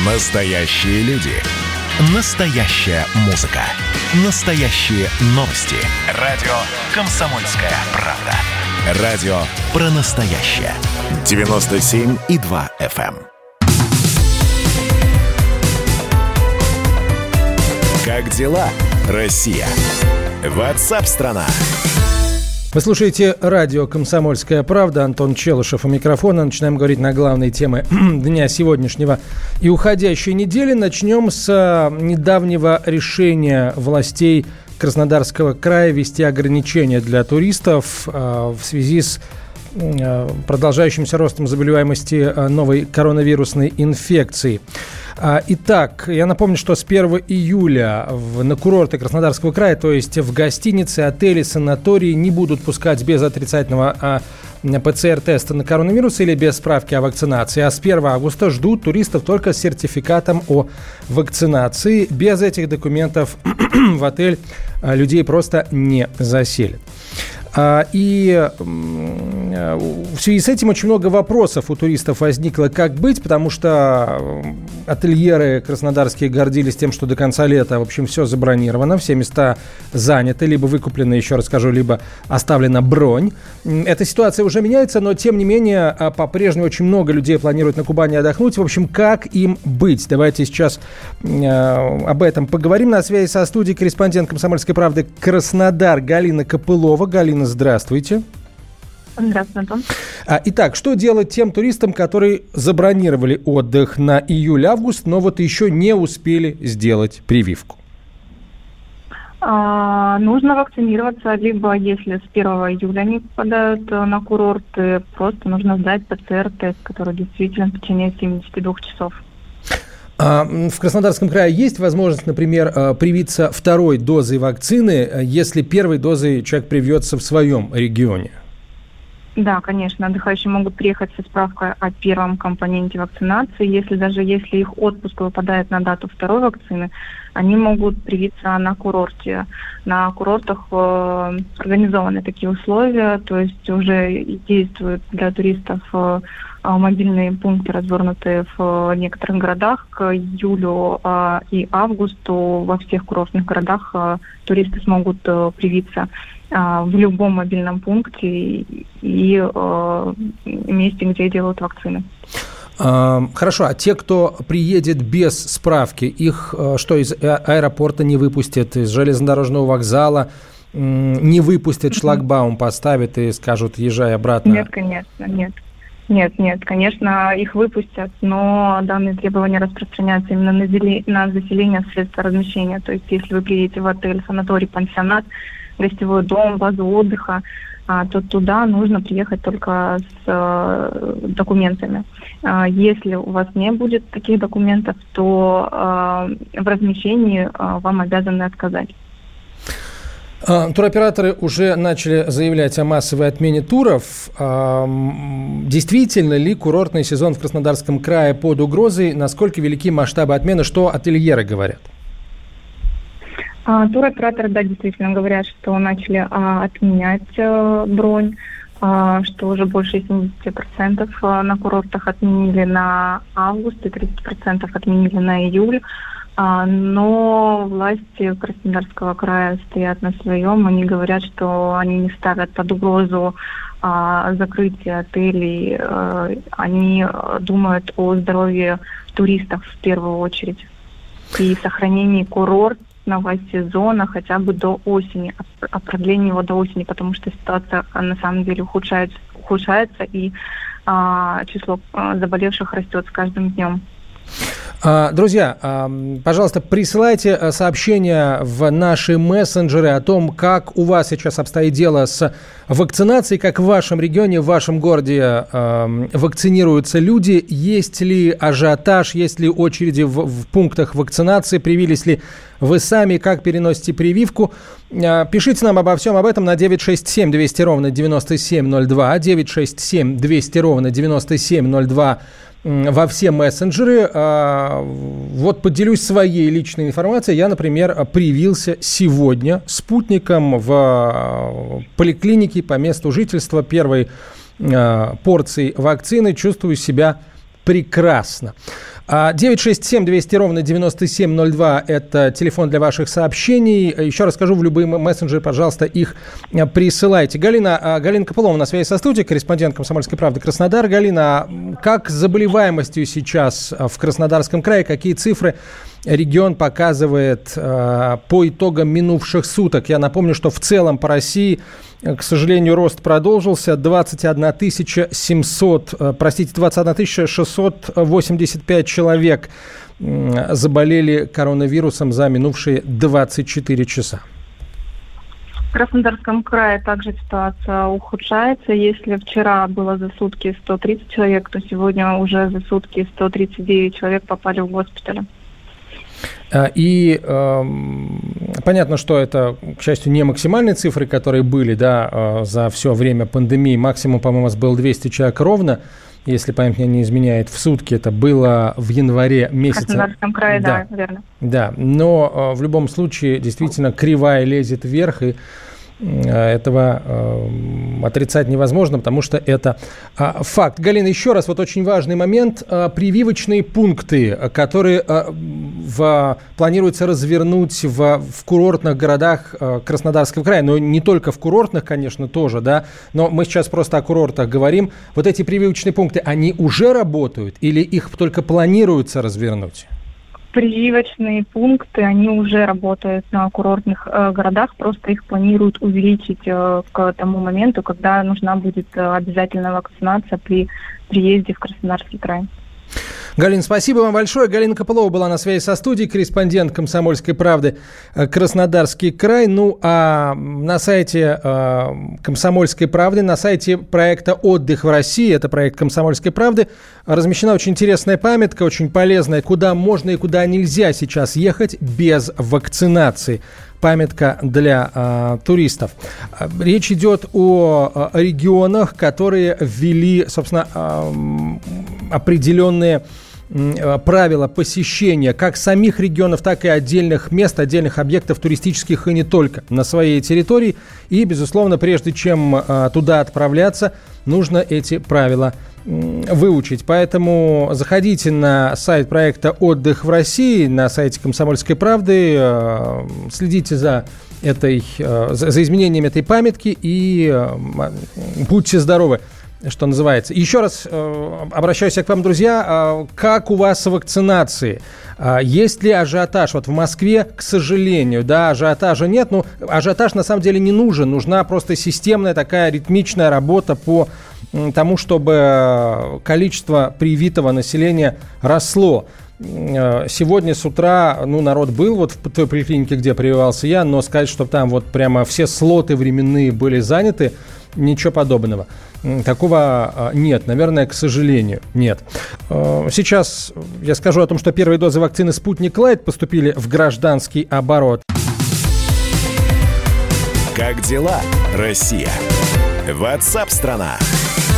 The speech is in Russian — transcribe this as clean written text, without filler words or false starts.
Настоящие люди. Настоящая музыка. Настоящие новости. Радио «Комсомольская правда». Радио про настоящее. 97,2 FM. Как дела, Россия? WhatsApp-страна. Вы слушаете радио «Комсомольская правда». Антон Челышев у микрофона. Начинаем говорить на главные темы дня сегодняшнего и уходящей недели. Начнем с недавнего решения властей Краснодарского края ввести ограничения для туристов в связи с продолжающимся ростом заболеваемости новой коронавирусной инфекцией. Итак, я напомню, что с 1 июля на курорты Краснодарского края, то есть в гостиницы, отели, санатории, не будут пускать без отрицательного ПЦР-теста на коронавирус или без справки о вакцинации. А с 1 августа ждут туристов только с сертификатом о вакцинации. Без этих документов в отель людей просто не заселят. И в связи с этим очень много вопросов у туристов возникло, как быть, потому что ательеры краснодарские гордились тем, что до конца лета, в общем, все забронировано, все места заняты, либо выкуплены, еще раз скажу, либо оставлена бронь. Эта ситуация уже меняется, но, тем не менее, по-прежнему очень много людей планируют на Кубани отдохнуть. В общем, как им быть? Давайте сейчас об этом поговорим. На связи со студией корреспондент «Комсомольской правды» Краснодар Галина Копылова. Галина, здравствуйте. Здравствуйте, Антон. Итак, что делать тем туристам, которые забронировали отдых на июль-август, но вот еще не успели сделать прививку? Нужно вакцинироваться, либо если с 1 июля они попадают на курорты, просто нужно сдать ПЦР-тест, который действительно в течение 72 часов. В Краснодарском крае есть возможность, например, привиться второй дозой вакцины, если первой дозой человек привьется в своем регионе? Да, конечно. Отдыхающие могут приехать со справкой о первом компоненте вакцинации. Если их отпуск выпадает на дату второй вакцины, они могут привиться на курорте. На курортах организованы такие условия, то есть уже действуют для туристов мобильные пункты, развернутые в некоторых городах. К июлю и августу во всех курортных городах туристы смогут привиться в любом мобильном пункте и месте, где делают вакцины. Хорошо, а те, кто приедет без справки, их что, из аэропорта не выпустят, из железнодорожного вокзала не выпустят, шлагбаум поставят и скажут, езжай обратно? Нет, конечно, нет. Нет, конечно, их выпустят, но данные требования распространяются именно на заселение средств размещения. То есть, если вы приедете в отель, санаторий, пансионат, гостевой дом, базу отдыха, то туда нужно приехать только с документами. Если у вас не будет таких документов, то в размещении вам обязаны отказать. Туроператоры уже начали заявлять о массовой отмене туров. Действительно ли курортный сезон в Краснодарском крае под угрозой? Насколько велики масштабы отмены? Что ательеры говорят? Туроператоры, да, действительно говорят, что начали отменять бронь, что уже больше 70% на курортах отменили на август и 30% отменили на июль. Но власти Краснодарского края стоят на своем. Они говорят, что они не ставят под угрозу закрытие отелей. Они думают о здоровье туристов в первую очередь и сохранении курортного сезона хотя бы до осени, о продлении его до осени, потому что ситуация на самом деле ухудшается и число заболевших растет с каждым днем. Друзья, пожалуйста, присылайте сообщения в наши мессенджеры о том, как у вас сейчас обстоит дело с вакцинацией, как в вашем регионе, в вашем городе вакцинируются люди, есть ли ажиотаж, есть ли очереди в пунктах вакцинации, привились ли вы сами, как переносите прививку. Пишите нам обо всем об этом на 967-200-97-02, 967-200-97-02 во все мессенджеры. Вот поделюсь своей личной информацией. Я, например, привился сегодня спутником в поликлинике по месту жительства первой порции вакцины. Чувствую себя прекрасно. 967-200-97-02 – это телефон для ваших сообщений. Еще раз скажу, в любые мессенджеры, пожалуйста, их присылайте. Галина Копылова на связи со студией, корреспондент «Комсомольской правды» Краснодар. Галина, как с заболеваемостью сейчас в Краснодарском крае? Какие цифры регион показывает по итогам минувших суток? Я напомню, что в целом по России, к сожалению, рост продолжился. 21 685 человек заболели коронавирусом за минувшие 24 часа. В Краснодарском крае также ситуация ухудшается. Если вчера было за сутки 130 человек, то сегодня уже за сутки 139 человек попали в госпиталь. И понятно, что это, к счастью, не максимальные цифры, которые были, да, за все время пандемии. Максимум, по-моему, у нас был 200 человек ровно, если память меня не изменяет, в сутки. Это было в январе месяце. В Краснодарском крае, да, верно. Да, но в любом случае действительно кривая лезет вверх, и этого отрицать невозможно, потому что это факт. Галина, еще раз, вот очень важный момент. Прививочные пункты, которые планируется развернуть в курортных городах Краснодарского края, но не только в курортных, конечно, тоже, да, но мы сейчас просто о курортах говорим. Вот эти прививочные пункты, они уже работают или их только планируется развернуть? Прививочные пункты, они уже работают на курортных городах, просто их планируют увеличить к тому моменту, когда нужна будет обязательная вакцинация при приезде в Краснодарский край. Галина, спасибо вам большое. Галина Копылова была на связи со студией, корреспондент «Комсомольской правды» Краснодарский край. Ну, а на сайте «Комсомольской правды», на сайте проекта «Отдых в России», это проект «Комсомольской правды», размещена очень интересная памятка, очень полезная, куда можно и куда нельзя сейчас ехать без вакцинации. Памятка для туристов. Речь идет о регионах, которые ввели, собственно, определенные правила посещения как самих регионов, так и отдельных мест, отдельных объектов туристических и не только на своей территории. И, безусловно, прежде чем туда отправляться, нужно эти правила выучить. Поэтому заходите на сайт проекта «Отдых в России», на сайте «Комсомольской правды», следите за изменением этой памятки и будьте здоровы, что называется. Еще раз обращаюсь к вам, друзья. Как у вас с вакцинацией? Есть ли ажиотаж? Вот в Москве, к сожалению, да, ажиотажа нет. Но ажиотаж на самом деле не нужен. Нужна просто системная такая ритмичная работа по тому, чтобы количество привитого населения росло. Сегодня с утра, народ был вот в той поликлинике, где прививался я, но сказать, что там вот прямо все слоты временные были заняты, ничего подобного. Такого нет, наверное, к сожалению, нет. Сейчас я скажу о том, что первые дозы вакцины «Спутник Лайт» поступили в гражданский оборот. Как дела, Россия? WhatsApp-страна.